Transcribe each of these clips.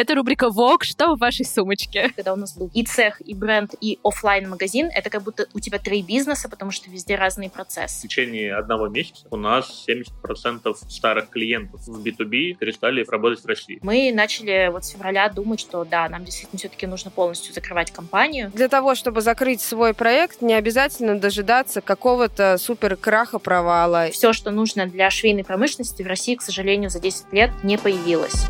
Это рубрика «Вог. Что в вашей сумочке?» Когда у нас был и цех, и бренд, и офлайн-магазин, это как будто у тебя 3 бизнеса, потому что везде разные процессы. В течение 1 месяца у нас 70% старых клиентов в B2B перестали работать в России. Мы начали вот с февраля думать, что да, нам действительно все-таки нужно полностью закрывать компанию. Для того, чтобы закрыть свой проект, не обязательно дожидаться какого-то супер краха, провала. Все, что нужно для швейной промышленности в России, к сожалению, за 10 лет не появилось.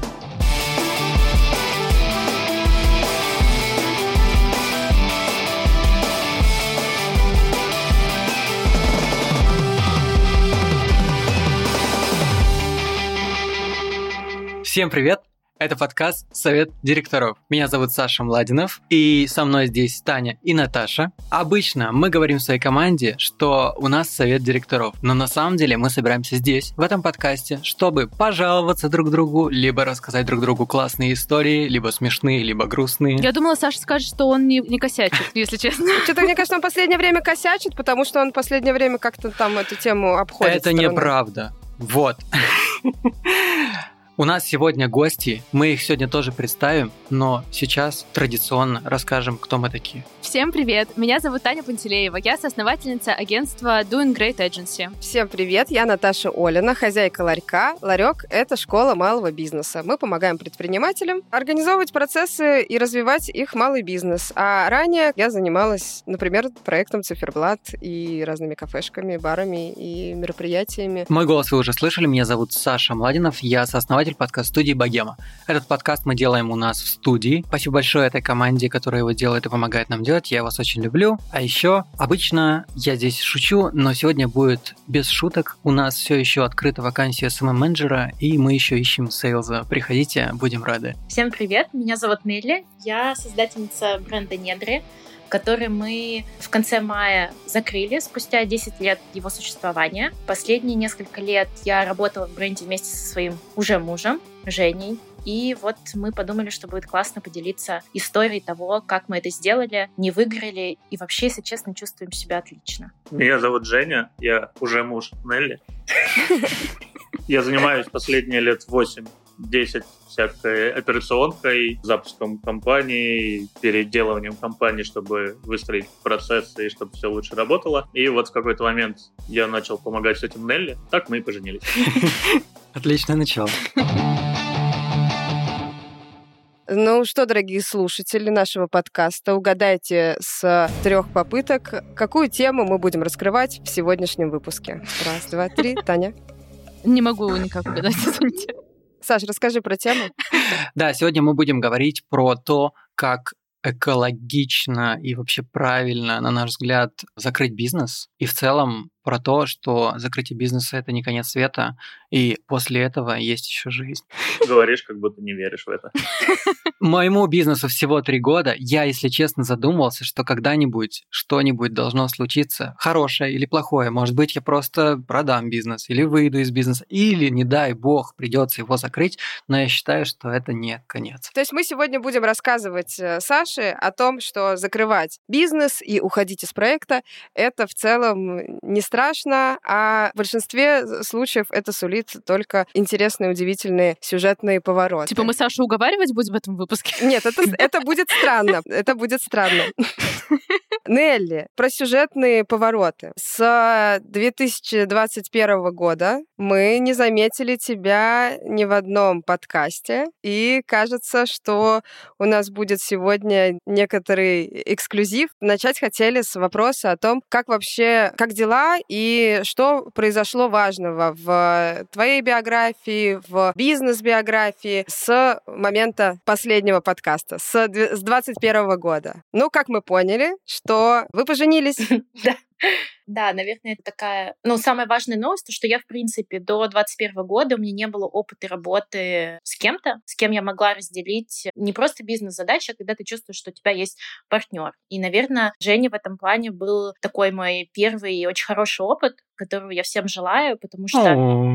Всем привет! Это подкаст «Совет директоров». Меня зовут Саша Младинов, и со мной здесь Таня и Наташа. Обычно мы говорим в своей команде, что у нас совет директоров, но на самом деле мы собираемся здесь, в этом подкасте, чтобы пожаловаться друг другу, либо рассказать друг другу классные истории, либо смешные, либо грустные. Я думала, Саша скажет, что он не косячит, если честно. Что-то, мне кажется, он в последнее время косячит, потому что он в последнее время как-то там эту тему обходит. Это неправда. Вот. У нас сегодня гости, мы их сегодня тоже представим, но сейчас традиционно расскажем, кто мы такие. Всем привет, меня зовут Таня Пантелеева, я соосновательница агентства Doing Great Agency. Всем привет, я Наташа Олина, хозяйка ларька. Ларек – это школа малого бизнеса. Мы помогаем предпринимателям организовывать процессы и развивать их малый бизнес. А ранее я занималась, например, проектом «Циферблат» и разными кафешками, барами и мероприятиями. Мой голос вы уже слышали, меня зовут Саша Младинов, я сооснователь подкаст-студии «Богема». Этот подкаст мы делаем у нас в студии. Спасибо большое этой команде, которая его делает и помогает нам делать. Я вас очень люблю. А еще, обычно я здесь шучу, но сегодня будет без шуток. У нас все еще открыта вакансия SMM-менеджера, и мы еще ищем сейлза. Приходите, будем рады. Всем привет, меня зовут Нелли. Я создательница бренда «Недри», который мы в конце мая закрыли спустя 10 лет его существования. Последние несколько лет я работала в бренде вместе со своим уже мужем, Женей. И вот мы подумали, что будет классно поделиться историей того, как мы это сделали, не выиграли и вообще, если честно, чувствуем себя отлично. Меня зовут Женя, я уже муж Нелли. Я занимаюсь последние лет 8-10 всякой операционкой, запуском компании, переделыванием компании, чтобы выстроить процессы и чтобы все лучше работало. И вот в какой-то момент я начал помогать с этим Нелли. Так мы и поженились. Отличное начало. Ну что, дорогие слушатели нашего подкаста, угадайте с 3 попыток, какую тему мы будем раскрывать в сегодняшнем выпуске. 1, 2, 3. Таня? Не могу никак угадать, извините. Саш, расскажи про тему. Да, сегодня мы будем говорить про то, как экологично и вообще правильно, на наш взгляд, закрыть бизнес. И в целом про то, что закрытие бизнеса – это не конец света, и после этого есть еще жизнь. Говоришь, как будто не веришь в это. Моему бизнесу всего 3 года. Я, если честно, задумывался, что когда-нибудь что-нибудь должно случиться, хорошее или плохое. Может быть, я просто продам бизнес, или выйду из бизнеса, или, не дай бог, придется его закрыть, но я считаю, что это не конец. То есть мы сегодня будем рассказывать Саше о том, что закрывать бизнес и уходить из проекта – это в целом не страшно, а в большинстве случаев это сулит только интересные, удивительные сюжетные повороты. Типа мы Сашу уговаривать будем в этом выпуске? Нет, это будет странно. Это будет странно. Нелли, про сюжетные повороты. С 2021 года мы не заметили тебя ни в одном подкасте, и кажется, что у нас будет сегодня некоторый эксклюзив. Начать хотели с вопроса о том, как дела и что произошло важного в твоей биографии, в бизнес-биографии с момента последнего подкаста, с 2021 года. Ну, как мы поняли, что вы поженились. Да, наверное, это такая... самая важная новость, то, что я, в принципе, до 2021 года у меня не было опыта работы с кем-то, с кем я могла разделить не просто бизнес-задачи, а когда ты чувствуешь, что у тебя есть партнер. И, наверное, Женя в этом плане был такой мой первый и очень хороший опыт, которого я всем желаю, потому что...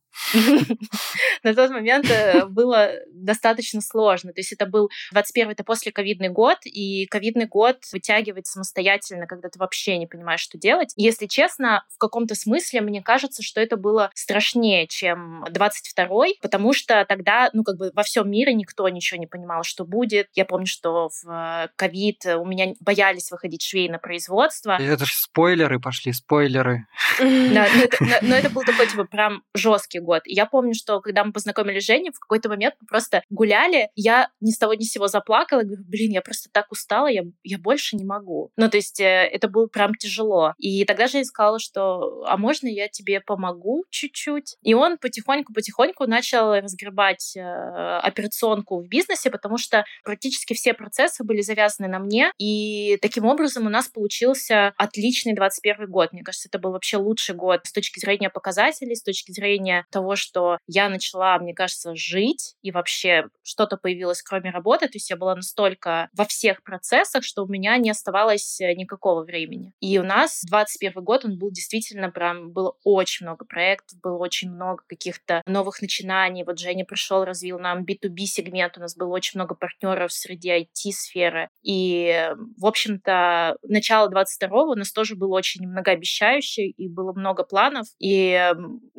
На тот момент было достаточно сложно. То есть это был 21-й, это после ковидный год, и ковидный год вытягивать самостоятельно, когда ты вообще не понимаешь, что делать. И, если честно, в каком-то смысле мне кажется, что это было страшнее, чем 22-й, потому что тогда, во всем мире никто ничего не понимал, что будет. Я помню, что в ковид у меня боялись выходить швей на производство. Это же спойлеры пошли, спойлеры. Да, но это был такой, прям жесткий год. И я помню, что когда мы познакомились с Женей, в какой-то момент мы просто гуляли, я ни с того ни с сего заплакала, говорю, я просто так устала, я больше не могу. То есть это было прям тяжело. И тогда Женя сказала, что, а можно я тебе помогу чуть-чуть? И он потихоньку начал разгребать операционку в бизнесе, потому что практически все процессы были завязаны на мне, и таким образом у нас получился отличный 21 год. Мне кажется, это был вообще лучший год с точки зрения показателей, с точки зрения того, что я начала, мне кажется, жить, и вообще что-то появилось кроме работы. То есть я была настолько во всех процессах, что у меня не оставалось никакого времени. И у нас 21 год, он был действительно прям, было очень много проектов, было очень много каких-то новых начинаний. Вот Женя пришел, развил нам B2B сегмент, у нас было очень много партнеров среди IT-сферы. И, в общем-то, начало 22-го у нас тоже было очень многообещающе, и было много планов. И,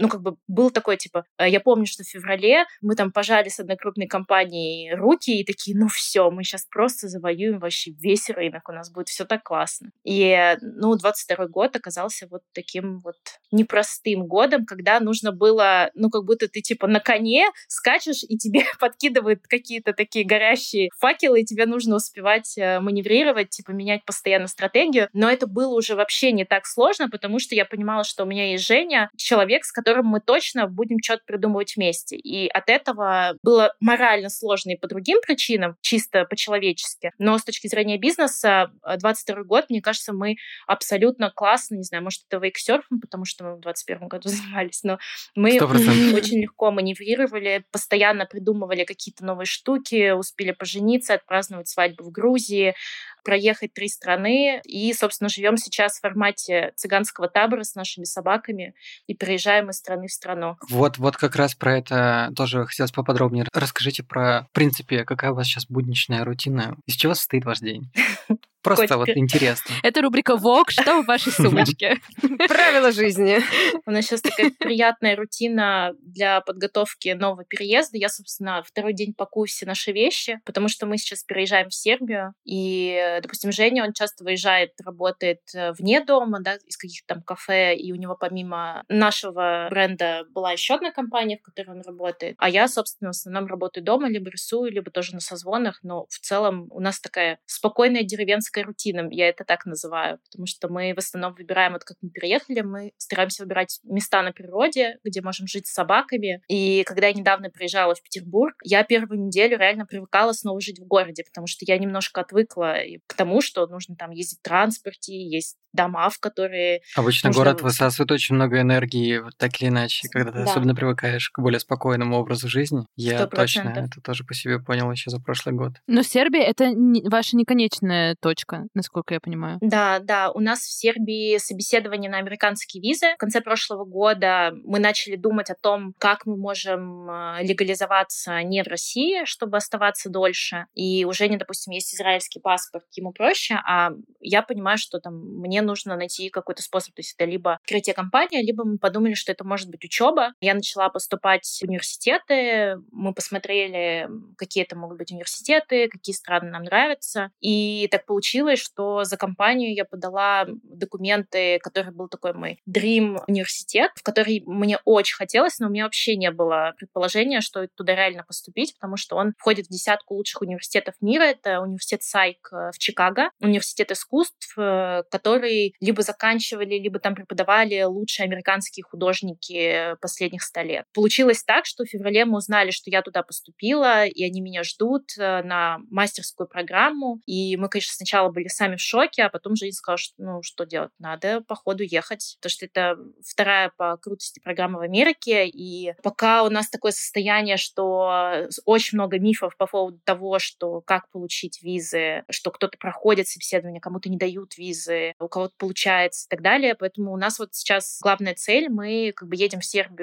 был такой, я помню, что в феврале мы там пожали с одной крупной компанией руки и такие, все, мы сейчас просто завоюем вообще весь рынок, у нас будет все так классно. И, 22 год оказался вот таким вот непростым годом, когда нужно было, как будто ты на коне скачешь, и тебе подкидывают какие-то такие горящие факелы, и тебе нужно успевать маневрировать, менять постоянно стратегию. Но это было уже вообще не так сложно, потому что я понимала, что у меня есть Женя, человек, с которым мы точно будем что-то придумывать вместе. И от этого было морально сложно и по другим причинам, чисто по-человечески. Но с точки зрения бизнеса, 22 год, мне кажется, мы абсолютно классно, не знаю, может, это вейксерфом, потому что мы в 21 году занимались, но мы 100%. очень легко маневрировали, постоянно придумывали какие-то новые штуки, успели пожениться, отпраздновать свадьбу в Грузии, проехать 3 страны. И, собственно, живем сейчас в формате цыганского табора с нашими собаками и переезжаем из страны в страну. Вот как раз про это тоже хотелось поподробнее. Расскажите в принципе, какая у вас сейчас будничная рутина? Из чего состоит ваш день? Просто вот интересно. Это рубрика «Вок», что в вашей сумочке? Правила жизни. У нас сейчас такая приятная рутина для подготовки нового переезда. Я, собственно, второй день пакую все наши вещи, потому что мы сейчас переезжаем в Сербию. И, допустим, Женя, он часто выезжает, работает вне дома, да, из каких-то там кафе, и у него помимо нашего бренда была еще одна компания, в которой он работает. А я, собственно, в основном работаю дома, либо рисую, либо тоже на созвонах, но в целом у нас такая спокойная деревенская рутина, я это так называю, потому что мы в основном выбираем, вот как мы переехали, мы стараемся выбирать места на природе, где можем жить с собаками. И когда я недавно приезжала в Петербург, я первую неделю реально привыкала снова жить в городе, потому что я немножко отвыкла к тому, что нужно там ездить в транспорте, есть дома, в которые... Обычно город высасывает очень много энергии, вот так или иначе, когда ты особенно привыкаешь к более спокойному образу жизни. Я 100%. Точно это тоже по себе понял еще за прошлый год. Но Сербия — это ваша не конечная точка, насколько я понимаю. Да, у нас в Сербии собеседование на американские визы. В конце прошлого года мы начали думать о том, как мы можем легализоваться не в России, чтобы оставаться дольше. И у Жени, допустим, есть израильский паспорт, ему проще, а я понимаю, что там мне нужно найти какой-то способ. То есть это либо открытие компании, либо мы подумали, что это может быть учеба. Я начала поступать в университеты, мы посмотрели, какие это могут быть университеты, какие страны нам нравятся. И так получилось, что за компанию я подала документы, который был такой мой Dream университет, в который мне очень хотелось, но у меня вообще не было предположения, что туда реально поступить, потому что он входит в 10 лучших университетов мира. Это университет Сайк в Чикаго, университет искусств, который либо заканчивали, либо там преподавали лучшие американские художники последних 100 лет. Получилось так, что в феврале мы узнали, что я туда поступила, и они меня ждут на мастерскую программу. И мы, конечно, сначала были сами в шоке, а потом Женя сказала, что, что делать? Надо, походу, ехать. Потому что это вторая по крутости программа в Америке. И пока у нас такое состояние, что очень много мифов по поводу того, что как получить визы, что кто-то проходит собеседование, кому-то не дают визы, у кого-то получается и так далее. Поэтому у нас вот сейчас главная цель, мы едем в Сербию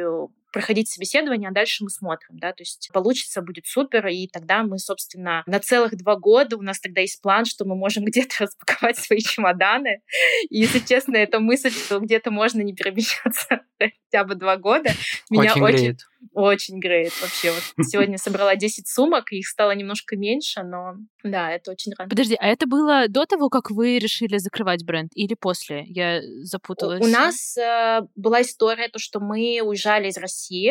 проходить собеседование, а дальше мы смотрим, да, то есть получится, будет супер, и тогда мы, собственно, на целых 2 года у нас тогда есть план, что мы можем где-то распаковать свои чемоданы. И, если честно, эта мысль, что где-то можно не перемещаться хотя бы 2 года, меня очень греет вообще. Вот сегодня собрала 10 сумок, их стало немножко меньше, но да, это очень рано. Подожди, а это было до того, как вы решили закрывать бренд, или после? Я запуталась. У нас была история, то, что мы уезжали из России,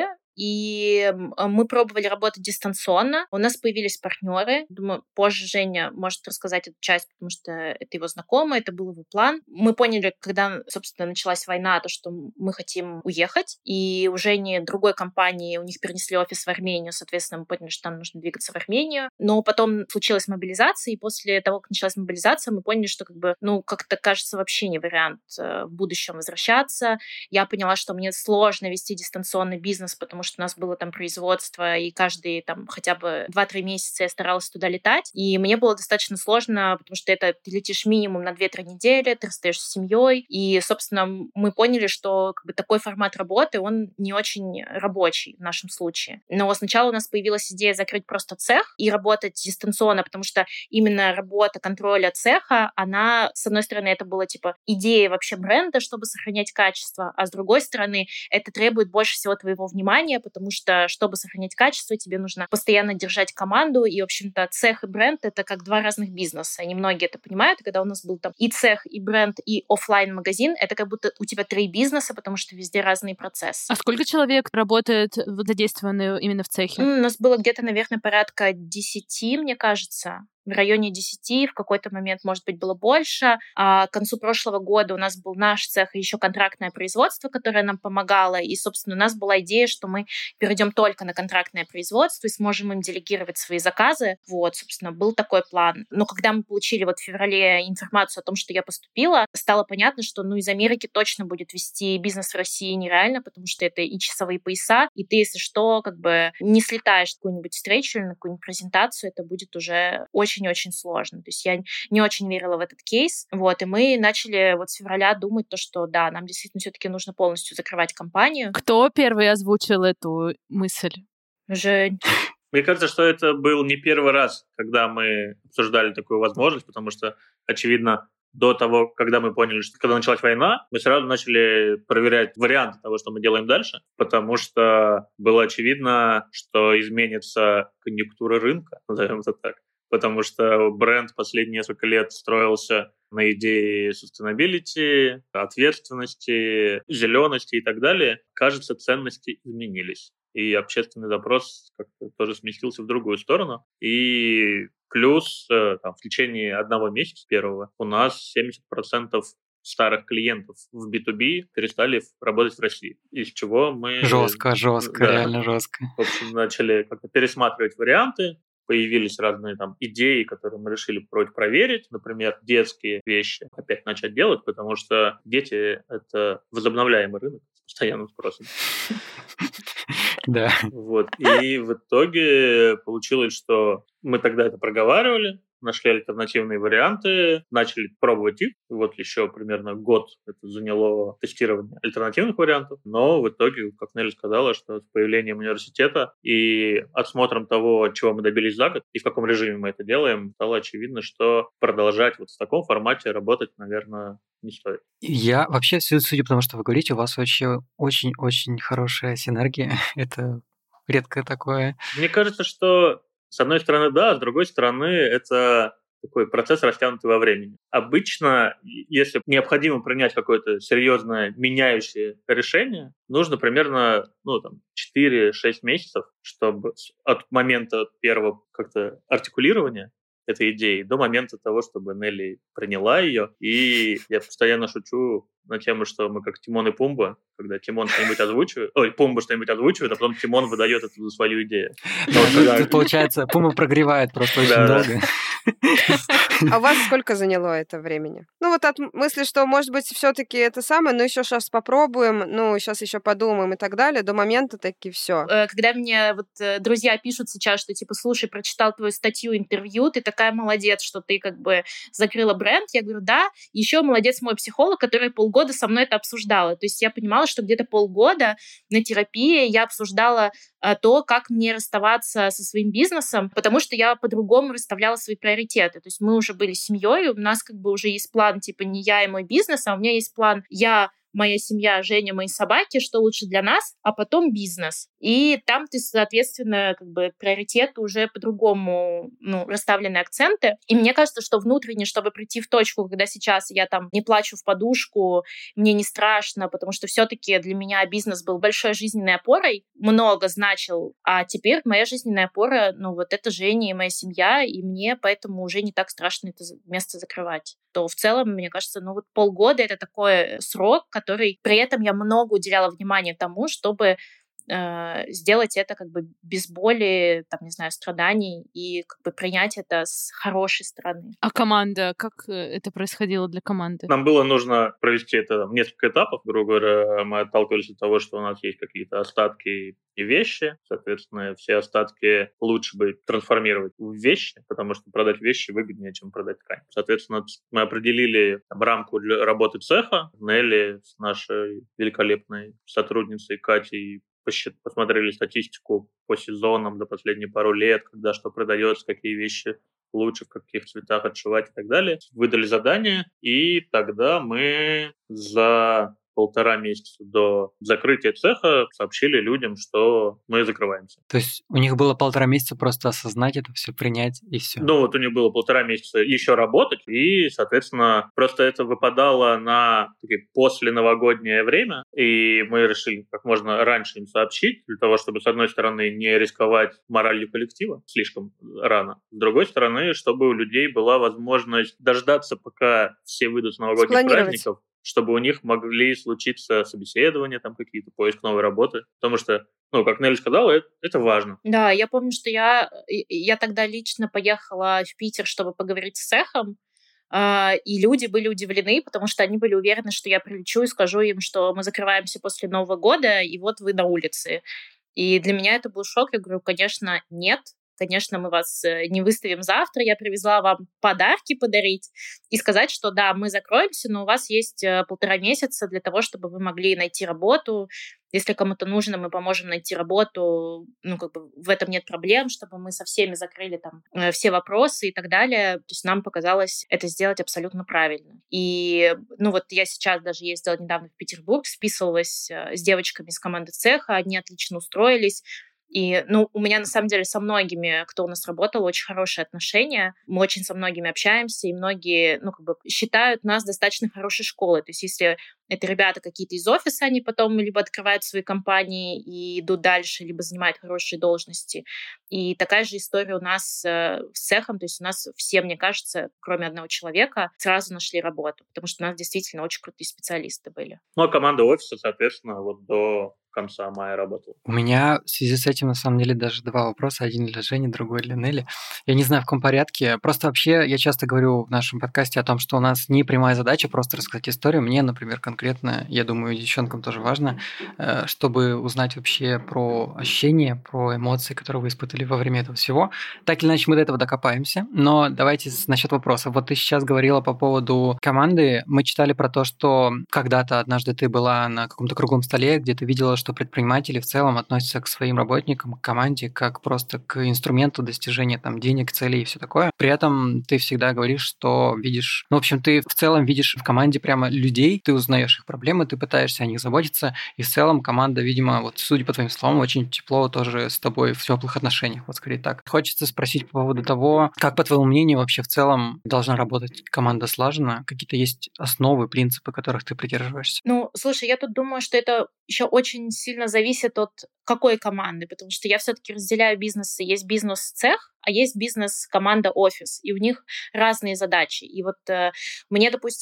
и мы пробовали работать дистанционно. У нас появились партнеры. Думаю, позже Женя может рассказать эту часть, потому что это его знакомый, это был его план. Мы поняли, когда, собственно, началась война, то, что мы хотим уехать, и у Жени другой компании, у них перенесли офис в Армению, соответственно, мы поняли, что нам нужно двигаться в Армению. Но потом случилась мобилизация, и после того, как началась мобилизация, мы поняли, что как-то кажется вообще не вариант в будущем возвращаться. Я поняла, что мне сложно вести дистанционный бизнес, потому что у нас было там производство, и каждые там хотя бы 2-3 месяца я старалась туда летать. И мне было достаточно сложно, потому что ты летишь минимум на 2-3 недели, ты расстаешься с семьей. И, собственно, мы поняли, что такой формат работы, он не очень рабочий в нашем случае. Но сначала у нас появилась идея закрыть просто цех и работать дистанционно, потому что именно работа контроля цеха, она, с одной стороны, это была идея вообще бренда, чтобы сохранять качество, а с другой стороны, это требует больше всего твоего внимания, потому что, чтобы сохранять качество, тебе нужно постоянно держать команду, и, в общем-то, цех и бренд — это как 2 разных бизнеса. И немногие это понимают, и когда у нас был там и цех, и бренд, и офлайн-магазин, это как будто у тебя 3 бизнеса, потому что везде разные процессы. А сколько человек работает задействованы именно в цехе? У нас было где-то, наверное, порядка 10, мне кажется. В районе 10, в какой-то момент, может быть, было больше. А к концу прошлого года у нас был наш цех и еще контрактное производство, которое нам помогало. И, собственно, у нас была идея, что мы перейдем только на контрактное производство и сможем им делегировать свои заказы. Собственно, был такой план. Но когда мы получили в феврале информацию о том, что я поступила, стало понятно, что из Америки точно будет вести бизнес в России нереально, потому что это и часовые пояса, и ты, если что, не слетаешь на какую-нибудь встречу или на какую-нибудь презентацию, это будет уже очень-очень сложно. То есть я не очень верила в этот кейс. И мы начали с февраля думать, что да, нам действительно все-таки нужно полностью закрывать компанию. Кто первый озвучил эту мысль? Жень. Мне кажется, что это был не первый раз, когда мы обсуждали такую возможность, потому что, очевидно, до того, когда мы поняли, что когда началась война, мы сразу начали проверять варианты того, что мы делаем дальше, потому что было очевидно, что изменится конъюнктура рынка, назовем это так. Потому что бренд последние несколько лет строился на идее sustainability, ответственности, зелености и так далее. Кажется, ценности изменились. И общественный запрос как-то тоже сместился в другую сторону. И плюс в течение 1 месяца первого у нас 70% старых клиентов в B2B перестали работать в России. Из чего мы... Жестко, реально жестко. В общем, начали как-то пересматривать варианты. Появились разные идеи, которые мы решили проверить. Например, детские вещи опять начать делать, потому что дети — это возобновляемый рынок с постоянным спросом. Да. И в итоге получилось, что мы тогда это проговаривали, нашли альтернативные варианты, начали пробовать их. Еще примерно год это заняло тестирование альтернативных вариантов, но в итоге, как Нелли сказала, что с появлением университета и отсмотром того, чего мы добились за год и в каком режиме мы это делаем, стало очевидно, что продолжать в таком формате работать, наверное, не стоит. Я вообще, судя по тому, что вы говорите, у вас вообще очень-очень хорошая синергия. Это редко такое. Мне кажется, что с одной стороны, да, с другой стороны, это такой процесс, растянутый во времени. Обычно, если необходимо принять какое-то серьезное меняющее решение, нужно примерно 4-6 месяцев, чтобы от момента первого как-то артикулирования этой идеи до момента того, чтобы Нелли приняла ее. И я постоянно шучу на тему, что мы как Тимон и Пумба, когда Тимон что-нибудь озвучивает, Пумба что-нибудь озвучивает, а потом Тимон выдает эту за свою идею. Получается, Пумба прогревает просто очень долго. А у вас сколько заняло это времени? Ну, вот от мысли, что, может быть, все-таки это самое, но еще сейчас попробуем, ну, сейчас еще подумаем и так далее, до момента таки все. Когда мне друзья пишут сейчас, что типа, слушай, прочитал твою статью, интервью, ты такая молодец, что ты как бы закрыла бренд, я говорю, да, еще молодец мой психолог, который полгода со мной это обсуждала. То есть я понимала, что где-то полгода на терапии я обсуждала то, как мне расставаться со своим бизнесом, потому что я по-другому расставляла свои приоритеты. То есть мы уже были семьей, у нас как бы уже есть план, типа, не я и мой бизнес, а у меня есть план я, моя семья, Женя, мои собаки, что лучше для нас, а потом бизнес. И там ты, соответственно, как бы приоритеты уже по-другому, расставлены акценты. И мне кажется, что внутренне, чтобы прийти в точку, когда сейчас я там не плачу в подушку, мне не страшно, потому что все-таки для меня бизнес был большой жизненной опорой, много значил, а теперь моя жизненная опора, это Женя и моя семья, и мне поэтому уже не так страшно это место закрывать. То в целом, мне кажется, полгода — это такой срок, который при этом я много уделяла внимания тому, чтобы сделать это как бы без боли, там, не знаю, страданий и как бы принять это с хорошей стороны. А команда, как это происходило для команды? Нам было нужно провести это в несколько этапов. Грубо говоря, мы отталкивались от того, что у нас есть какие-то остатки и вещи. Соответственно, все остатки лучше бы трансформировать в вещи, потому что продать вещи выгоднее, чем продать ткань. Соответственно, мы определили рамку для работы цеха. Нелли с нашей великолепной сотрудницей Катей посмотрели статистику по сезонам за последние пару лет, когда что продается, какие вещи лучше, в каких цветах отшивать и так далее. Выдали задание, и тогда мы за 1,5 месяца до закрытия цеха сообщили людям, что мы закрываемся. То есть у них было 1,5 месяца просто осознать это все, принять и все. У них было 1,5 месяца еще работать, и, соответственно, просто это выпадало на посленовогоднее время, и мы решили как можно раньше им сообщить, для того, чтобы, с одной стороны, не рисковать моралью коллектива слишком рано, с другой стороны, чтобы у людей была возможность дождаться, пока все выйдут с новогодних праздников, чтобы у них могли случиться собеседования, там какие-то, поиск новой работы. Потому что, как Нелли сказала, это важно. Да, я помню, что я тогда лично поехала в Питер, чтобы поговорить с цехом, и люди были удивлены, потому что они были уверены, что я прилечу и скажу им, что мы закрываемся после Нового года, и вот вы на улице. И для меня это был шок. Я говорю, конечно, нет. Конечно, мы вас не выставим завтра. Я привезла вам подарки подарить и сказать, что да, мы закроемся, но у вас есть 1,5 месяца для того, чтобы вы могли найти работу. Если кому-то нужно, мы поможем найти работу. В этом нет проблем, чтобы мы со всеми закрыли там все вопросы и так далее. То есть нам показалось это сделать абсолютно правильно. И я сейчас даже ездила недавно в Петербург, списывалась с девочками из команды цеха, они отлично устроились. И, у меня, на самом деле, со многими, кто у нас работал, очень хорошие отношения. Мы очень со многими общаемся, и многие, считают нас достаточно хорошей школой. То есть если это ребята какие-то из офиса, они потом либо открывают свои компании и идут дальше, либо занимают хорошие должности. И такая же история у нас с цехом. То есть у нас все, мне кажется, кроме одного человека, сразу нашли работу, потому что у нас действительно очень крутые специалисты были. А команда офиса, соответственно, до конца мая работала. У меня в связи с этим, на самом деле, даже 2 вопроса. Один для Жени, другой для Нелли. Я не знаю, в каком порядке. Просто вообще я часто говорю в нашем подкасте о том, что у нас не прямая задача просто рассказать историю. Мне, например, конкретно, я думаю, девчонкам тоже важно, чтобы узнать вообще про ощущения, про эмоции, которые вы испытали во время этого всего. Так или иначе, мы до этого докопаемся. Но давайте насчет вопроса. Вот ты сейчас говорила по поводу команды. Мы читали про то, что когда-то однажды ты была на каком-то круглом столе, где ты видела, что предприниматели в целом относятся к своим работникам, к команде, как просто к инструменту достижения там денег, целей и все такое. При этом ты всегда говоришь, что видишь... в общем, ты в целом видишь в команде прямо людей, ты узнаешь их проблемы, ты пытаешься о них заботиться, и в целом команда, видимо, судя по твоим словам, очень тепло тоже с тобой в теплых отношениях, скорее так. Хочется спросить по поводу того, как, по твоему мнению, вообще в целом должна работать команда слаженно? Какие-то есть основы, принципы, которых ты придерживаешься? Слушай, я тут думаю, что это еще очень сильно зависит от какой команды, потому что я все-таки разделяю бизнесы. Есть бизнес-цех, а есть бизнес-команда-офис, и у них разные задачи. И мне, допустим,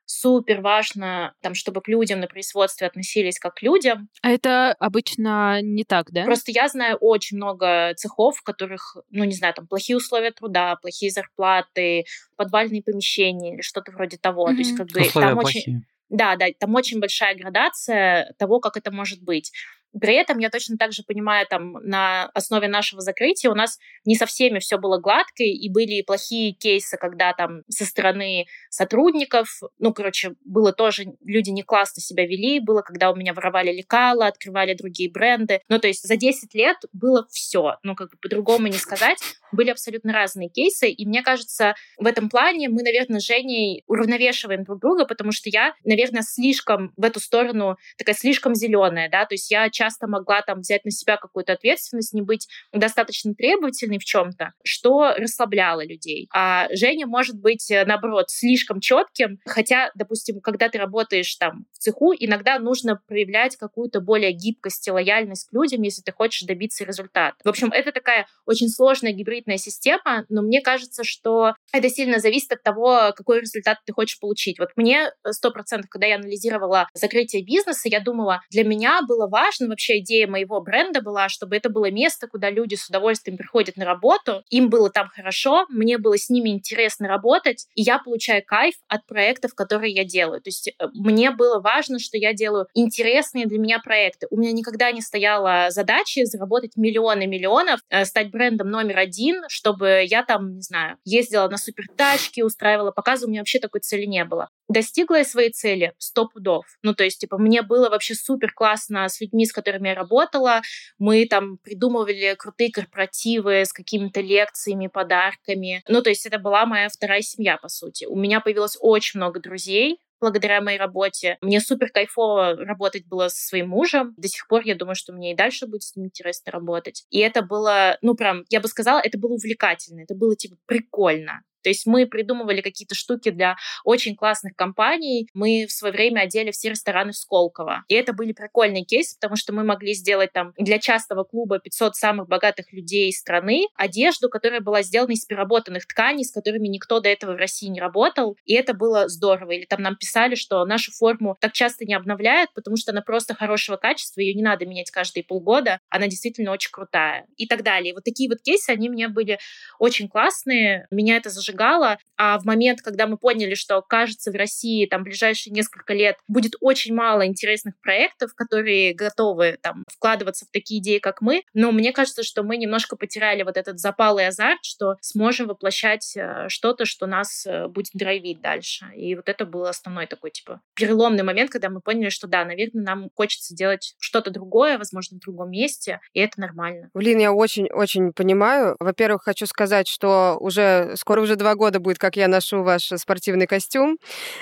супер важно, там, чтобы к людям на производстве относились как к людям. А это обычно не так, да? Просто я знаю очень много цехов, в которых, ну, не знаю, там, плохие условия труда, плохие зарплаты, подвальные помещения или что-то вроде того. То есть, как бы, условия там плохие. очень... Да, там очень большая градация того, как это может быть. При этом я точно так же понимаю, там, на основе нашего закрытия у нас не со всеми все было гладко, и были плохие кейсы, когда там со стороны сотрудников, было тоже, люди не классно себя вели, было, когда у меня воровали лекала, открывали другие бренды. То есть за 10 лет было все, по-другому не сказать. Были абсолютно разные кейсы, и мне кажется, в этом плане мы, наверное, с Женей уравновешиваем друг друга, потому что я, наверное, слишком в эту сторону такая слишком зеленая, да, то есть я часто могла там взять на себя какую-то ответственность, не быть достаточно требовательной в чем-то, что расслабляло людей. А Женя может быть, наоборот, слишком четким, хотя, допустим, когда ты работаешь там в цеху, иногда нужно проявлять какую-то более гибкость и лояльность к людям, если ты хочешь добиться результата. В общем, это такая очень сложная гибридная система, но мне кажется, что это сильно зависит от того, какой результат ты хочешь получить. Вот мне 100%, когда я анализировала закрытие бизнеса, я думала, для меня было важно, вообще идея моего бренда была, чтобы это было место, куда люди с удовольствием приходят на работу, им было там хорошо, мне было с ними интересно работать, и я получаю кайф от проектов, которые я делаю. То есть мне было важно, что я делаю интересные для меня проекты. У меня никогда не стояла задача заработать миллионы миллионов, стать брендом номер один, чтобы я там, не знаю, ездила на супертачки, устраивала показы, у меня вообще такой цели не было. Достигла я своей цели 100 пудов. Мне было вообще супер классно с людьми, с которыми я работала. Мы там придумывали крутые корпоративы с какими-то лекциями, подарками. Это была моя вторая семья, по сути. У меня появилось очень много друзей благодаря моей работе. Мне супер кайфово работать было со своим мужем. До сих пор я думаю, что мне и дальше будет с ним интересно работать. И это было, я бы сказала, это было увлекательно. Это было, прикольно. То есть мы придумывали какие-то штуки для очень классных компаний. Мы в свое время одели все рестораны в Сколково. И это были прикольные кейсы, потому что мы могли сделать там для частного клуба 500 самых богатых людей страны одежду, которая была сделана из переработанных тканей, с которыми никто до этого в России не работал. И это было здорово. Или там нам писали, что нашу форму так часто не обновляют, потому что она просто хорошего качества, ее не надо менять каждые полгода. Она действительно очень крутая. И так далее. Вот такие вот кейсы, они у меня были очень классные. Меня это зажигало. А в момент, когда мы поняли, что, кажется, в России там ближайшие несколько лет будет очень мало интересных проектов, которые готовы там вкладываться в такие идеи, как мы, но мне кажется, что мы немножко потеряли вот этот запал и азарт, что сможем воплощать что-то, что нас будет драйвить дальше. И вот это был основной такой, переломный момент, когда мы поняли, что да, наверное, нам хочется делать что-то другое, возможно, в другом месте, и это нормально. Блин, я очень-очень понимаю. Во-первых, хочу сказать, что скоро уже 2 года будет, как я ношу ваш спортивный костюм.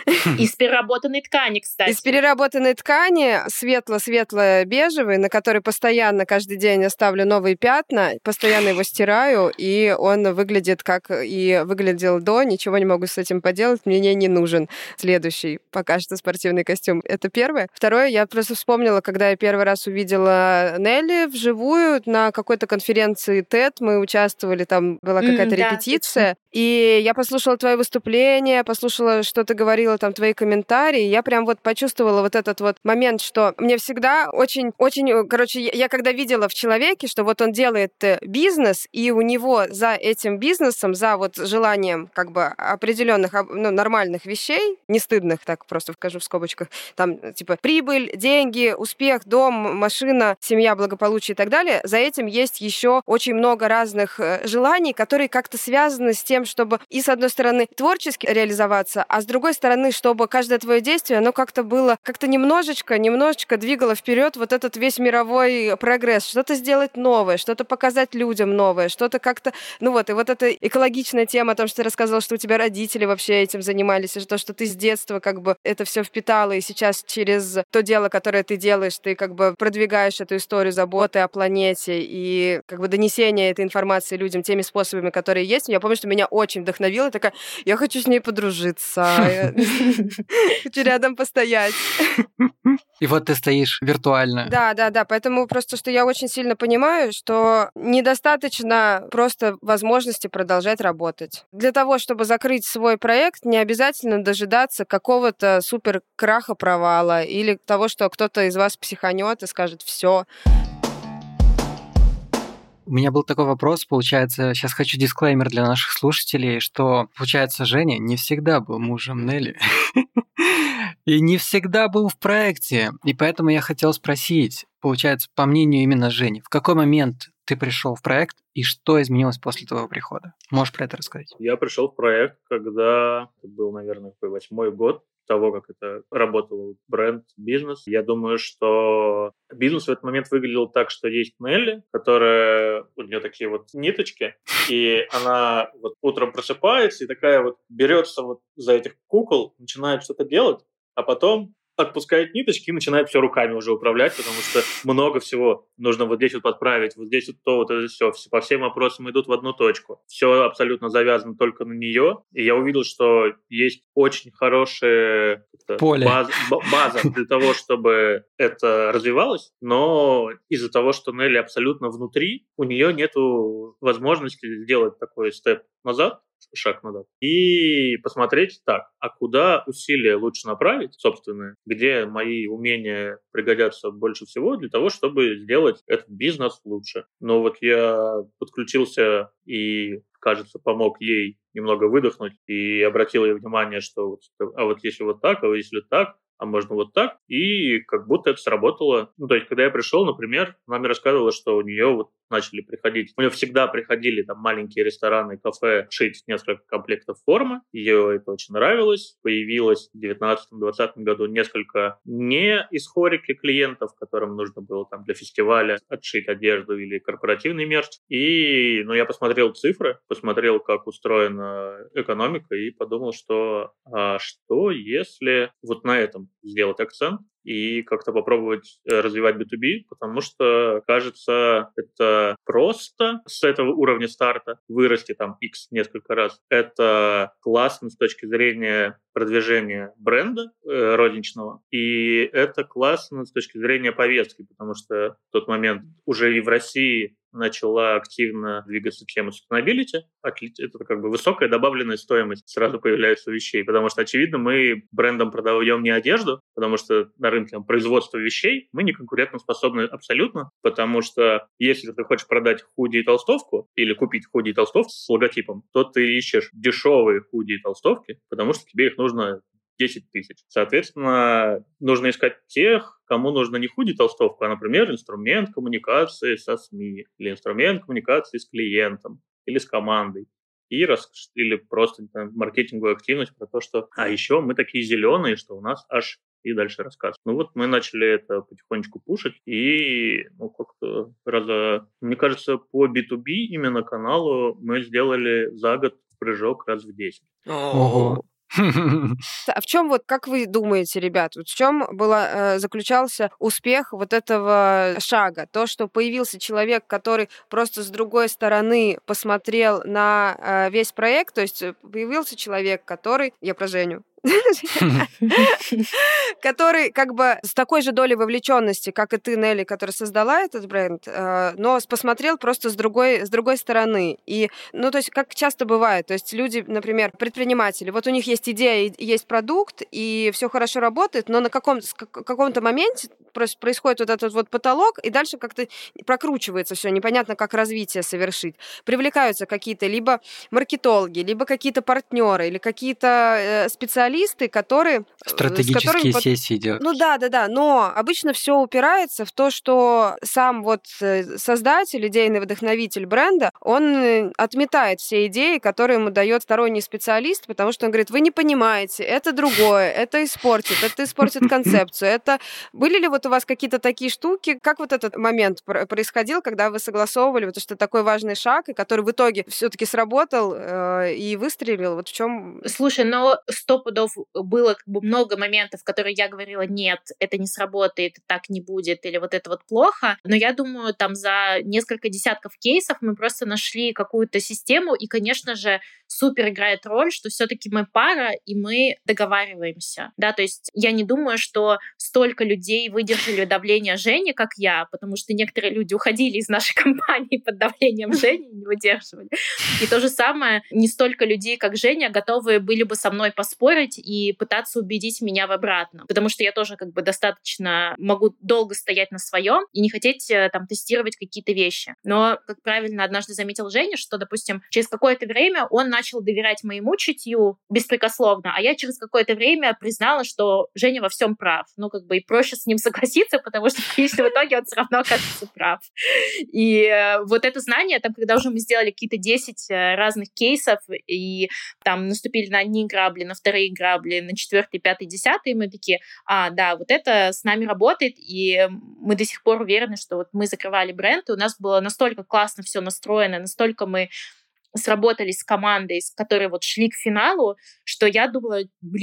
Из переработанной ткани, кстати. Из переработанной ткани, светло-светло-бежевый, на который постоянно каждый день я ставлю новые пятна, постоянно его стираю, и он выглядит, как и выглядел до, ничего не могу с этим поделать, мне не нужен следующий пока что спортивный костюм. Это первое. Второе, я просто вспомнила, когда я первый раз увидела Нелли вживую на какой-то конференции TED, мы участвовали, там была какая-то репетиция, и я послушала твои выступления, послушала, что ты говорила, там, твои комментарии, я прям вот почувствовала вот этот вот момент, что мне всегда очень, я когда видела в человеке, что вот он делает бизнес, и у него за этим бизнесом, за вот желанием как бы определенных, нормальных вещей, не стыдных, так просто вкажу в скобочках, там, прибыль, деньги, успех, дом, машина, семья, благополучие и так далее, за этим есть еще очень много разных желаний, которые как-то связаны с тем, чтобы и с одной стороны творчески реализоваться, а с другой стороны, чтобы каждое твое действие, оно как-то было, как-то немножечко двигало вперед вот этот весь мировой прогресс, что-то сделать новое, что-то показать людям новое, что-то как-то, и вот эта экологичная тема о том, что ты рассказывала, что у тебя родители вообще этим занимались, и то, что ты с детства как бы это все впитала, и сейчас через то дело, которое ты делаешь, ты как бы продвигаешь эту историю заботы о планете и как бы донесения этой информации людям теми способами, которые есть. Я помню, что меня очень вдохновила, такая, я хочу с ней подружиться, хочу рядом постоять. И вот ты стоишь виртуально. Да, поэтому просто, что я очень сильно понимаю, что недостаточно просто возможности продолжать работать. Для того, чтобы закрыть свой проект, не обязательно дожидаться какого-то супер краха, провала или того, что кто-то из вас психанет и скажет «все». У меня был такой вопрос, получается, сейчас хочу дисклеймер для наших слушателей, что, получается, Женя не всегда был мужем Нелли и не всегда был в проекте. И поэтому я хотел спросить, получается, по мнению именно Жени, в какой момент ты пришел в проект и что изменилось после твоего прихода? Можешь про это рассказать? Я пришел в проект, когда это был, наверное, 8-й год того, как это работал бренд, бизнес. Я думаю, что бизнес в этот момент выглядел так, что есть Нелли, которая, у нее такие вот ниточки, и она вот утром просыпается и такая вот берется вот за этих кукол, начинает что-то делать, а потом отпускает ниточки и начинает все руками уже управлять, потому что много всего нужно вот здесь вот подправить, вот здесь вот то, вот это все по всем вопросам идут в одну точку. Все абсолютно завязано только на нее, и я увидел, что есть очень хорошая база для того, чтобы это развивалось, но из-за того, что Нелли абсолютно внутри, у нее нету возможности сделать такой шаг назад, и посмотреть так, а куда усилия лучше направить, собственные, где мои умения пригодятся больше всего для того, чтобы сделать этот бизнес лучше. Но вот я подключился и, кажется, помог ей немного выдохнуть и обратил ей внимание, что вот если вот так, а вот если так, а можно вот так, и как будто это сработало. Ну, то есть, когда я пришел, например, она мне рассказывала, что у нее вот начали приходить, у нее всегда приходили там маленькие рестораны, кафе шить несколько комплектов формы, ей это очень нравилось, появилось в 19-20 году несколько не из хорики клиентов, которым нужно было там для фестиваля отшить одежду или корпоративный мерч, и я посмотрел цифры, посмотрел, как устроена экономика, и подумал, что что если вот на этом сделать акцент и как-то попробовать развивать B2B, потому что, кажется, это просто с этого уровня старта вырасти там X несколько раз. Это классно с точки зрения продвижения бренда розничного, и это классно с точки зрения повестки, потому что в тот момент уже и в России начала активно двигаться тема sustainability. Это как бы высокая добавленная стоимость сразу появляется у вещей, потому что, очевидно, мы брендом продаем не одежду, потому что на рынке производства вещей мы не конкурентоспособны абсолютно, потому что если ты хочешь продать худи и толстовку или купить худи и толстовку с логотипом, то ты ищешь дешевые худи и толстовки, потому что тебе их нужно 10 тысяч. Соответственно, нужно искать тех, кому нужно не худи толстовку, а, например, инструмент коммуникации со СМИ, или инструмент коммуникации с клиентом, или с командой. Или просто маркетинговую активность про то, что еще мы такие зеленые, что у нас аж и дальше рассказ. Мы начали это потихонечку пушить, и как-то мне кажется, по B2B именно каналу мы сделали за год прыжок раз в 10. Ого. А в чем как вы думаете, ребят, в чем заключался успех вот этого шага? То, что появился человек, который просто с другой стороны посмотрел на весь проект, то есть появился человек, который... Я про Женю. Который как бы с такой же долей вовлеченности, как и ты, Нелли, которая создала этот бренд, но посмотрел просто с другой стороны. И, то есть, как часто бывает, то есть люди, например, предприниматели, вот у них есть идея, есть продукт, и все хорошо работает, но на каком-то моменте происходит вот этот вот потолок, и дальше как-то прокручивается все, непонятно, как развитие совершить. Привлекаются какие-то либо маркетологи, либо какие-то партнеры, или какие-то специалисты, которые... Стратегические сессии делают. Да. Но обычно все упирается в то, что сам создатель, идейный вдохновитель бренда, он отметает все идеи, которые ему дает сторонний специалист, потому что он говорит, вы не понимаете, это другое, это испортит концепцию. Были ли у вот у вас какие-то такие штуки. Как вот этот момент происходил, когда вы согласовывали, вот что такой важный шаг, и который в итоге все-таки сработал и выстрелил? Вот в чем? Слушай, но 100 пудов было как бы много моментов, в которые я говорила, нет, это не сработает, так не будет, или вот это вот плохо. Но я думаю, там за несколько десятков кейсов мы просто нашли какую-то систему, и, конечно же, супер играет роль, что все-таки мы пара, и мы договариваемся. Да, то есть я не думаю, что столько людей выдержали давление Жени, как я, потому что некоторые люди уходили из нашей компании под давлением Жени и не выдерживали. И то же самое, не столько людей, как Женя, готовы были бы со мной поспорить и пытаться убедить меня в обратном. Потому что я тоже как бы достаточно могу долго стоять на своем и не хотеть там тестировать какие-то вещи. Но, как правильно однажды заметил Женя, что, допустим, через какое-то время он начал доверять моему чутью беспрекословно, а я через какое-то время признала, что Женя во всем прав. Ну, как бы и проще с ним согласиться, потому что в конечном итоге он все равно окажется прав. И вот это знание, там, когда уже мы сделали какие-то 10 разных кейсов, и там наступили на одни грабли, на вторые грабли, на 4-й, 5-й, 10-й, мы такие, да, вот это с нами работает, и мы до сих пор уверены, что вот мы закрывали бренд, и у нас было настолько классно все настроено, настолько мы сработались с командой, с которой вот шли к финалу, что я думала,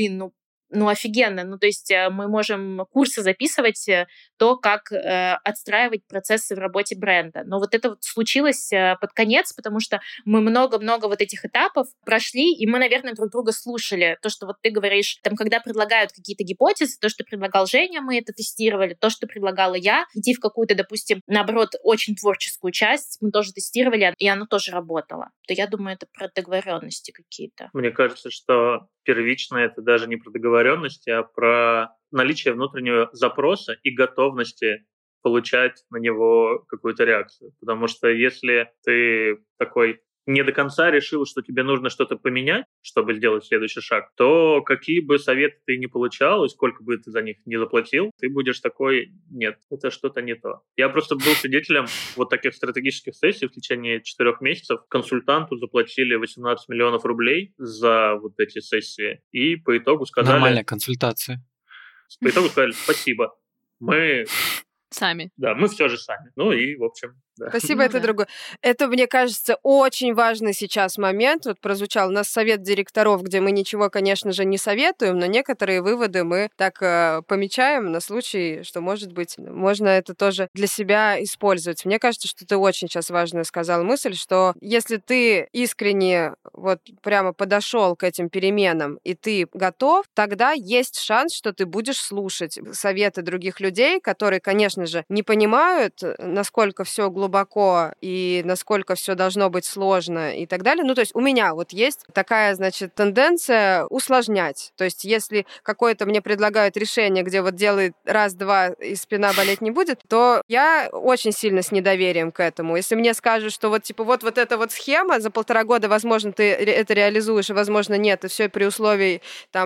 ну офигенно. Ну, то есть мы можем курсы записывать, то, как отстраивать процессы в работе бренда. Но вот это вот случилось под конец, потому что мы много-много вот этих этапов прошли, и мы, наверное, друг друга слушали. То, что вот ты говоришь, там, когда предлагают какие-то гипотезы, то, что предлагал Женя, мы это тестировали, то, что предлагала я, идти в какую-то, допустим, наоборот, очень творческую часть, мы тоже тестировали, и оно тоже работало. То я думаю, это про договоренности какие-то. Мне кажется, что первично это даже не про договоренности, а про наличие внутреннего запроса и готовности получать на него какую-то реакцию. Потому что если ты такой не до конца решил, что тебе нужно что-то поменять, чтобы сделать следующий шаг, то какие бы советы ты ни получал, и сколько бы ты за них не заплатил, ты будешь такой, нет, это что-то не то. Я просто был свидетелем вот таких стратегических сессий в течение 4 месяцев. Консультанту заплатили 18 миллионов рублей за вот эти сессии, и по итогу сказали... Нормальная консультация. По итогу сказали, спасибо, мы... Сами. Да, мы все же сами. Ну и, в общем, да. Спасибо, это другое. Это, мне кажется, очень важный сейчас момент. Вот прозвучал у нас совет директоров, где мы ничего, конечно же, не советуем, но некоторые выводы мы так помечаем на случай, что, может быть, можно это тоже для себя использовать. Мне кажется, что ты очень сейчас важную сказал мысль, что если ты искренне вот прямо подошел к этим переменам и ты готов, тогда есть шанс, что ты будешь слушать советы других людей, которые, конечно же, не понимают, насколько все глубоко и насколько все должно быть сложно и так далее. Ну, то есть у меня вот есть такая, значит, тенденция усложнять. То есть если какое-то мне предлагают решение, где вот делай раз-два и спина болеть не будет, то я очень сильно с недоверием к этому. Если мне скажут, что вот типа вот эта вот схема, за 1,5 года, возможно, ты это реализуешь, и, возможно, нет, и все при условии, там,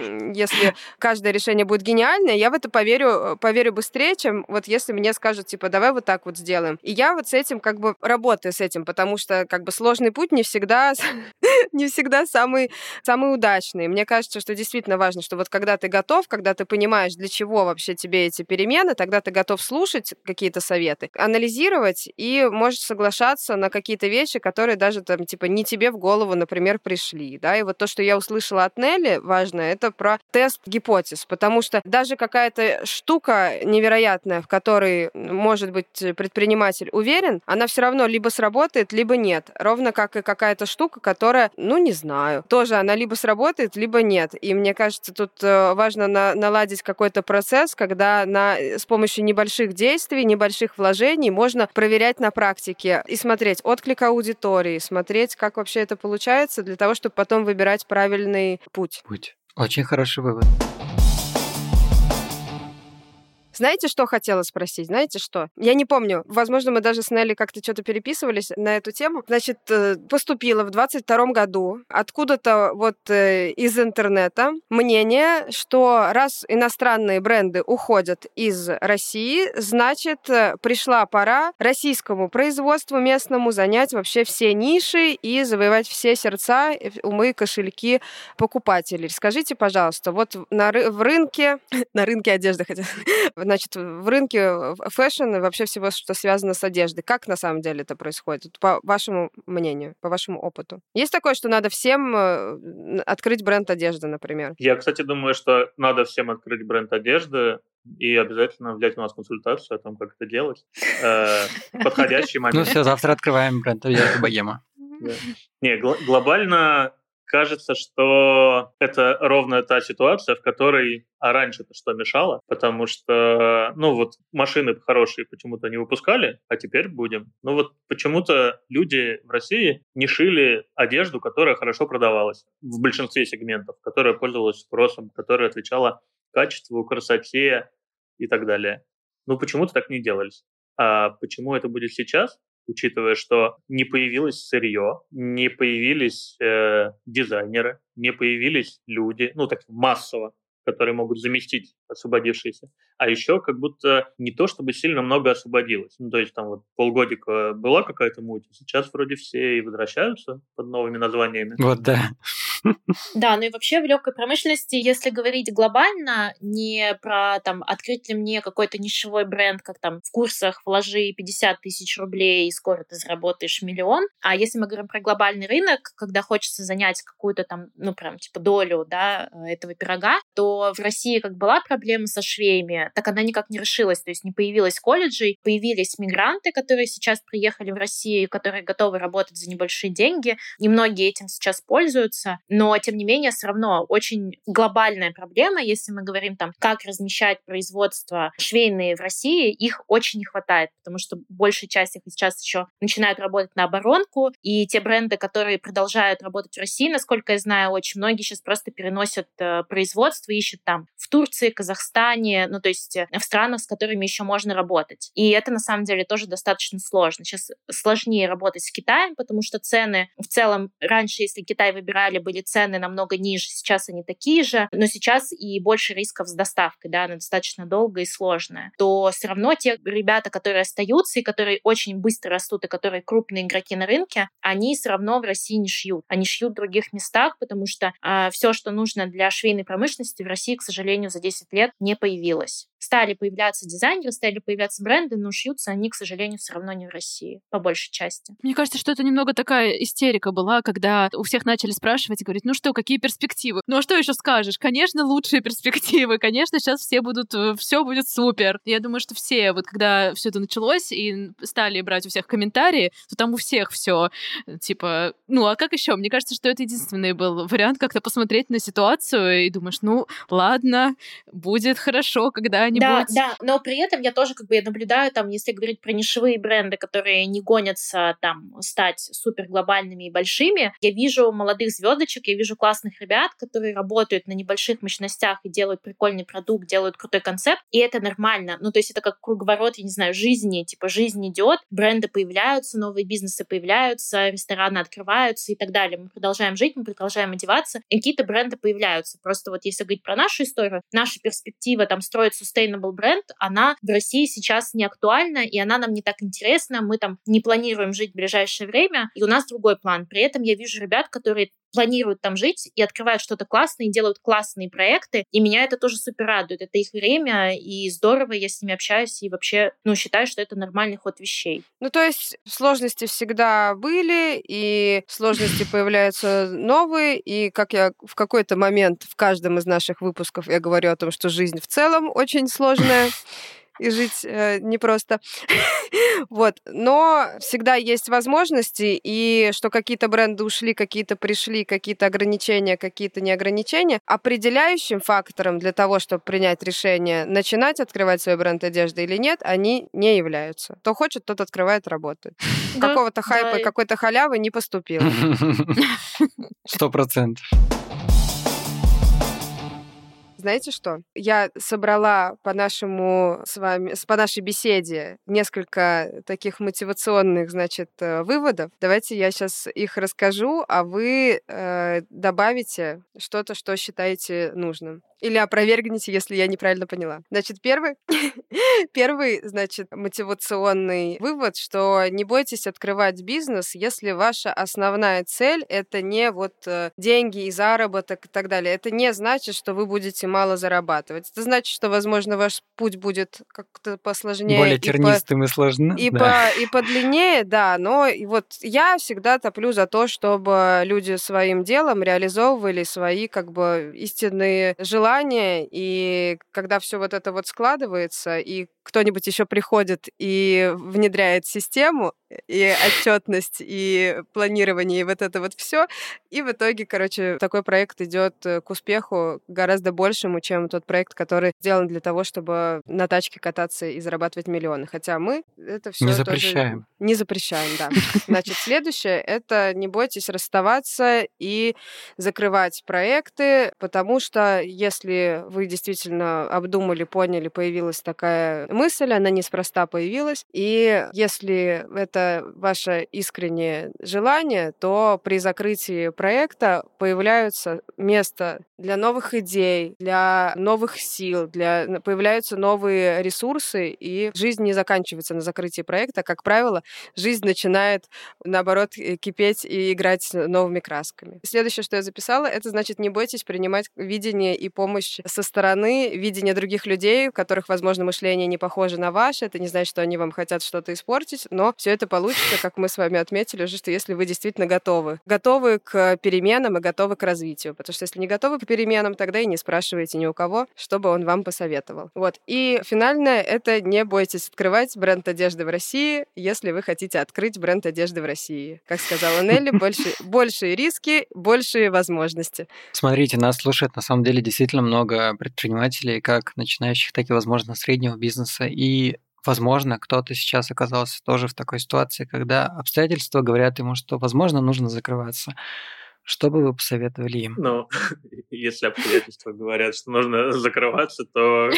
если каждое решение будет гениальное, я в это поверю быстрее, чем вот если мне скажут, типа, давай вот так вот сделаем. И я вот с этим как бы работаю с этим, потому что как бы сложный путь не всегда самый удачный. Мне кажется, что действительно важно, что вот когда ты готов, когда ты понимаешь, для чего вообще тебе эти перемены, тогда ты готов слушать какие-то советы, анализировать и можешь соглашаться на какие-то вещи, которые даже там типа не тебе в голову, например, пришли. Да? И вот то, что я услышала от Нелли, важно, это про тест гипотез, потому что даже какая-то штука невероятная, в которой, может быть, предприниматель уверен, она все равно либо сработает, либо нет. Ровно как и какая-то штука, которая, ну, не знаю, тоже она либо сработает, либо нет. И мне кажется, тут важно наладить какой-то процесс, когда с помощью небольших действий, небольших вложений можно проверять на практике и смотреть отклик аудитории, смотреть, как вообще это получается, для того, чтобы потом выбирать правильный путь. Очень хороший вывод. Знаете, что хотела спросить? Знаете, что? Я не помню. Возможно, мы даже с Нелли как-то что-то переписывались на эту тему. Значит, поступило в 2022 году откуда-то вот из интернета мнение, что раз иностранные бренды уходят из России, значит, пришла пора российскому производству местному занять вообще все ниши и завоевать все сердца, умы, кошельки покупателей. Скажите, пожалуйста, вот в рынке одежды, значит, в рынке фэшн и вообще всего, что связано с одеждой. Как на самом деле это происходит? По вашему мнению, по вашему опыту. Есть такое, что надо всем открыть бренд одежды, например? Я, кстати, думаю, что надо всем открыть бренд одежды и обязательно взять у нас консультацию о том, как это делать. Подходящий момент. Ну все, завтра открываем бренд одежды Богема. Не, глобально кажется, что это ровно та ситуация, в которой раньше-то что мешало, потому что, машины хорошие почему-то не выпускали, а теперь будем. Почему-то люди в России не шили одежду, которая хорошо продавалась в большинстве сегментов, которая пользовалась спросом, которая отвечала качеству, красоте и так далее. Почему-то так не делались. А почему это будет сейчас? Учитывая, что не появилось сырье, не появились дизайнеры, не появились люди, так массово, которые могут заместить освободившиеся. А еще как будто не то, чтобы сильно много освободилось. То есть там полгодика была какая-то муть, сейчас вроде все и возвращаются под новыми названиями. Вот да. Да, и вообще в легкой промышленности, если говорить глобально, не про открыть ли мне какой-то нишевой бренд, как в курсах вложи 50 тысяч рублей и скоро ты заработаешь миллион, а если мы говорим про глобальный рынок, когда хочется занять какую-то долю, да, этого пирога, то в России как была проблема со швеями, так она никак не решилась, то есть не появилось колледжей, появились мигранты, которые сейчас приехали в Россию, которые готовы работать за небольшие деньги, и многие этим сейчас пользуются. Но, тем не менее, все равно очень глобальная проблема, если мы говорим как размещать производство швейные в России, их очень не хватает, потому что большая часть их сейчас еще начинают работать на оборонку, и те бренды, которые продолжают работать в России, насколько я знаю, очень многие сейчас просто переносят производство, ищут в Турции, Казахстане, то есть в странах, с которыми еще можно работать. И это, на самом деле, тоже достаточно сложно. Сейчас сложнее работать с Китаем, потому что цены в целом раньше, если Китай выбирали, были цены намного ниже, сейчас они такие же, но сейчас и больше рисков с доставкой, да, она достаточно долгая и сложная, то все равно те ребята, которые остаются и которые очень быстро растут, и которые крупные игроки на рынке, они все равно в России не шьют. Они шьют в других местах, потому что все, что нужно для швейной промышленности, в России, к сожалению, за 10 лет не появилось. Стали появляться дизайнеры, стали появляться бренды, но шьются они, к сожалению, все равно не в России, по большей части. Мне кажется, что это немного такая истерика была, когда у всех начали спрашивать и говорить, какие перспективы? А что еще скажешь? Конечно, лучшие перспективы, конечно, сейчас все будет супер. Я думаю, что все, когда все это началось и стали брать у всех комментарии, то там у всех все а как еще? Мне кажется, что это единственный был вариант как-то посмотреть на ситуацию и думаешь, ладно, будет хорошо когда-нибудь. Да, но при этом я тоже я наблюдаю, если говорить про нишевые бренды, которые не гонятся стать супер глобальными и большими, я вижу молодых звездочек, я вижу классных ребят, которые работают на небольших мощностях и делают прикольный продукт, делают крутой концепт, и это нормально. То есть это как круговорот, я не знаю, жизни, жизнь идет, бренды появляются, новые бизнесы появляются, рестораны открываются и так далее. Мы продолжаем жить, мы продолжаем одеваться, и какие-то бренды появляются. Просто если говорить про нашу историю, наша перспектива строить sustainable бренд, она в России сейчас не актуальна, и она нам не так интересна, мы не планируем жить в ближайшее время, и у нас другой план. При этом я вижу ребят, которые планируют жить и открывают что-то классное, и делают классные проекты, и меня это тоже супер радует. Это их время, и здорово, я с ними общаюсь, и вообще, считаю, что это нормальный ход вещей. То есть сложности всегда были, и сложности появляются новые, и как я в какой-то момент в каждом из наших выпусков я говорю о том, что жизнь в целом очень сложная, и жить непросто. Но всегда есть возможности, и что какие-то бренды ушли, какие-то пришли, какие-то ограничения, какие-то не ограничения. Определяющим фактором для того, чтобы принять решение, начинать открывать свой бренд одежды или нет, они не являются. Кто хочет, тот открывает, работает. Какого-то хайпа, какой-то халявы не поступило. 100%. Знаете что? Я собрала по нашей беседе несколько таких мотивационных, выводов. Давайте я сейчас их расскажу, а вы добавите что-то, что считаете нужным. Или опровергните, если я неправильно поняла. Значит, первый, значит, мотивационный вывод, что не бойтесь открывать бизнес, если ваша основная цель — это не вот деньги и заработок и так далее. Это не значит, что вы будете мало зарабатывать. Это значит, что, возможно, ваш путь будет как-то посложнее. Более тернистым и сложным. И подлиннее, да. Но вот я всегда топлю за то, чтобы люди своим делом реализовывали свои как бы истинные желания. И когда все вот это вот складывается, и кто-нибудь еще приходит и внедряет систему, и отчетность, и планирование, и вот это вот все. И в итоге, короче, такой проект идет к успеху гораздо большему, чем тот проект, который сделан для того, чтобы на тачке кататься и зарабатывать миллионы. Хотя мы это все не запрещаем. Не запрещаем, да. Значит, следующее — это не бойтесь расставаться и закрывать проекты, потому что если вы действительно обдумали, поняли, появилась такая мысль, она неспроста появилась, и если это ваше искреннее желание, то при закрытии проекта появляются место для новых идей, для новых сил, появляются новые ресурсы, и жизнь не заканчивается на закрытии проекта. Как правило, жизнь начинает, наоборот, кипеть и играть новыми красками. Следующее, что я записала, это значит, не бойтесь принимать видение и помощь со стороны, видение других людей, у которых, возможно, мышление не похоже на ваше. Это не значит, что они вам хотят что-то испортить, но все это получится, как мы с вами отметили уже, что если вы действительно готовы к переменам и готовы к развитию. Потому что если не готовы к переменам, тогда и не спрашивайте ни у кого, чтобы он вам посоветовал. Вот. И финальное — это не бойтесь открывать бренд одежды в России, если вы хотите открыть бренд одежды в России. Как сказала Нелли, большие риски, большие возможности. Смотрите, нас слушает на самом деле действительно много предпринимателей, как начинающих, так и, возможно, среднего бизнеса. И возможно, кто-то сейчас оказался тоже в такой ситуации, когда обстоятельства говорят ему, что, возможно, нужно закрываться. Что бы вы посоветовали им? Ну, если обстоятельства говорят, что нужно закрываться, то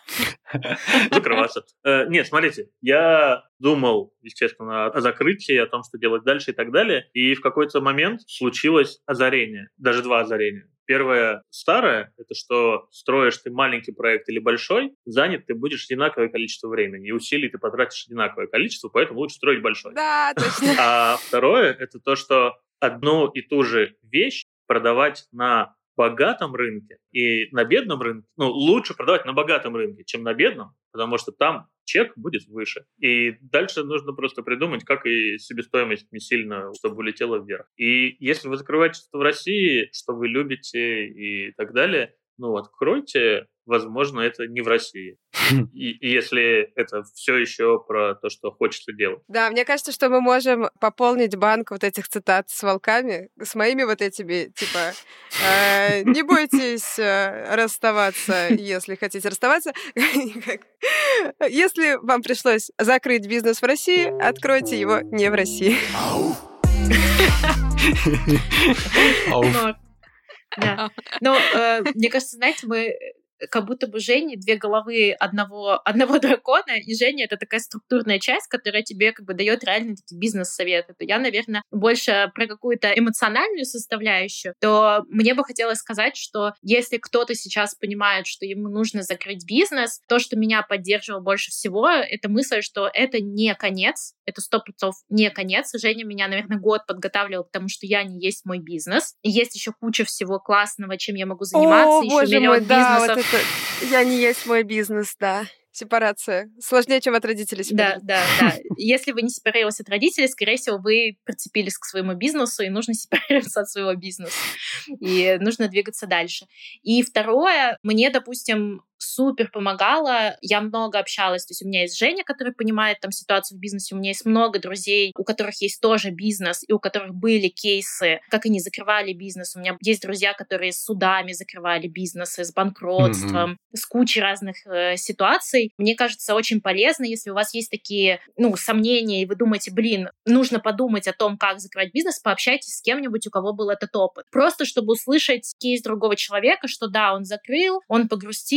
закрываться. Нет, смотрите, я думал, естественно, о закрытии, о том, что делать дальше и так далее, и в какой-то момент случилось озарение, даже два озарения. Первое старое — это что строишь ты маленький проект или большой, занят ты будешь одинаковое количество времени, и усилий ты потратишь одинаковое количество, поэтому лучше строить большой. Да, точно. А второе — это то, что одну и ту же вещь продавать на богатом рынке и на бедном рынке, лучше продавать на богатом рынке, чем на бедном, потому что там чек будет выше. И дальше нужно просто придумать, как и себестоимость не сильно, чтобы улетела вверх. И если вы закрываете что-то в России, что вы любите и так далее, откройте, возможно, это не в России. И если это все еще про то, что хочется делать. Да, мне кажется, что мы можем пополнить банк вот этих цитат с волками, с моими вот этими, типа, не бойтесь расставаться, если хотите расставаться. Если вам пришлось закрыть бизнес в России, откройте его не в России. Да. Но мне кажется, знаете, мы как будто бы Женя две головы одного дракона, и Женя — это такая структурная часть, которая тебе как бы дает реально такие бизнес-советы. То я, наверное, больше про какую-то эмоциональную составляющую, то мне бы хотелось сказать, что если кто-то сейчас понимает, что ему нужно закрыть бизнес, то, что меня поддерживало больше всего, это мысль, что это не конец, это 100% не конец. Женя меня, наверное, год подготавливал к тому, что я не есть мой бизнес. И есть еще куча всего классного, чем я могу заниматься. Боже мой, да, вот это я не есть мой бизнес, да. Сепарация. Сложнее, чем от родителей сепарироваться. Да. Если вы не сепарировались от родителей, скорее всего, вы прицепились к своему бизнесу, и нужно сепарироваться от своего бизнеса. И нужно двигаться дальше. И второе, мне, допустим, супер помогала. Я много общалась. То есть у меня есть Женя, который понимает там ситуацию в бизнесе. У меня есть много друзей, у которых есть тоже бизнес, и у которых были кейсы, как они закрывали бизнес. У меня есть друзья, которые с судами закрывали бизнесы, с банкротством, с кучей разных ситуаций. Мне кажется, очень полезно, если у вас есть такие, сомнения, и вы думаете, нужно подумать о том, как закрывать бизнес, пообщайтесь с кем-нибудь, у кого был этот опыт. Просто чтобы услышать кейс другого человека, что да, он закрыл, он погрустил, потом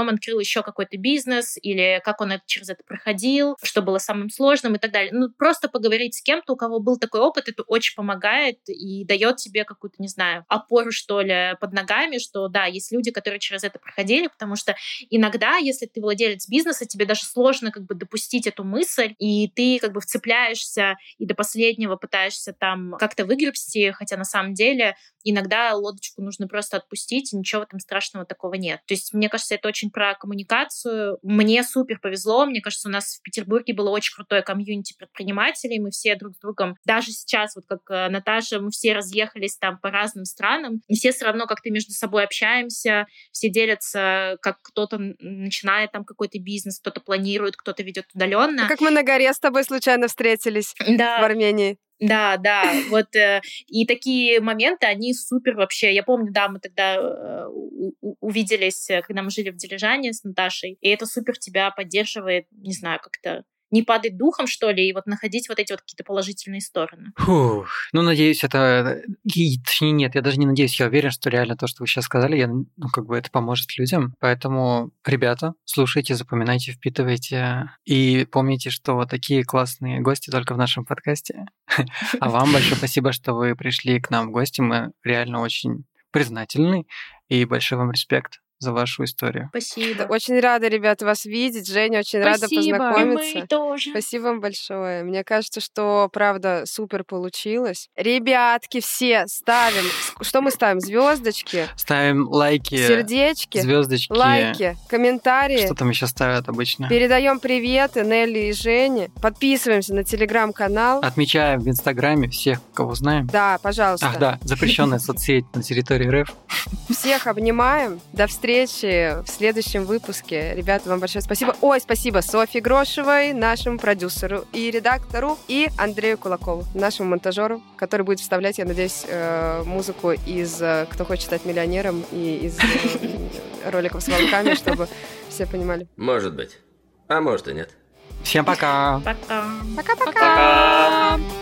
потом открыл еще какой-то бизнес, или как он через это проходил, что было самым сложным и так далее. Ну, просто поговорить с кем-то, у кого был такой опыт, это очень помогает и дает тебе какую-то, не знаю, опору, что ли, под ногами, что да, есть люди, которые через это проходили, потому что иногда, если ты владелец бизнеса, тебе даже сложно как бы допустить эту мысль, и ты как бы вцепляешься и до последнего пытаешься там как-то выгребсти, хотя на самом деле иногда лодочку нужно просто отпустить, и ничего в этом страшного такого нет. То есть, мне кажется, это очень про коммуникацию. Мне супер повезло. Мне кажется, у нас в Петербурге было очень крутое комьюнити предпринимателей. Мы все друг с другом, даже сейчас, вот как Наташа, мы все разъехались там по разным странам, и все все равно как-то между собой общаемся, все делятся, как кто-то начинает там какой-то бизнес, кто-то планирует, кто-то ведет удаленно. Как мы на горе с тобой случайно встретились в Армении. Да, вот и такие моменты, они супер вообще. Я помню, да, мы тогда увиделись, когда мы жили в Дилижане с Наташей, и это супер тебя поддерживает, не знаю, как-то не падать духом, что ли, и вот находить вот эти вот какие-то положительные стороны. Фух. Ну, надеюсь, это... Точнее, нет, я даже не надеюсь, я уверен, что реально то, что вы сейчас сказали, это поможет людям. Поэтому, ребята, слушайте, запоминайте, впитывайте. И помните, что вот такие классные гости только в нашем подкасте. А вам большое спасибо, что вы пришли к нам в гости. Мы реально очень признательны. И большой вам респект за вашу историю. Спасибо. Очень рада, ребята, вас видеть. Женя, очень рада познакомиться. И мы тоже. Спасибо вам большое. Мне кажется, что, правда, супер получилось. Ребятки, все ставим... Что мы ставим? Звездочки? Ставим лайки. Сердечки? Звездочки. Лайки. Комментарии. Что там еще ставят обычно? Передаем приветы Нелли и Жене. Подписываемся на телеграм-канал. Отмечаем в Инстаграме всех, кого знаем. Да, пожалуйста. Ах, да, запрещенная соцсеть на территории РФ. Всех обнимаем. До встречи в следующем выпуске. Ребята, вам большое спасибо. Ой, спасибо Софье Грошевой, нашему продюсеру и редактору, и Андрею Кулакову, нашему монтажеру, который будет вставлять, я надеюсь, музыку из «Кто хочет стать миллионером» и из роликов с волками, чтобы все понимали. Может быть. А может и нет. Всем пока. Пока. Пока-пока.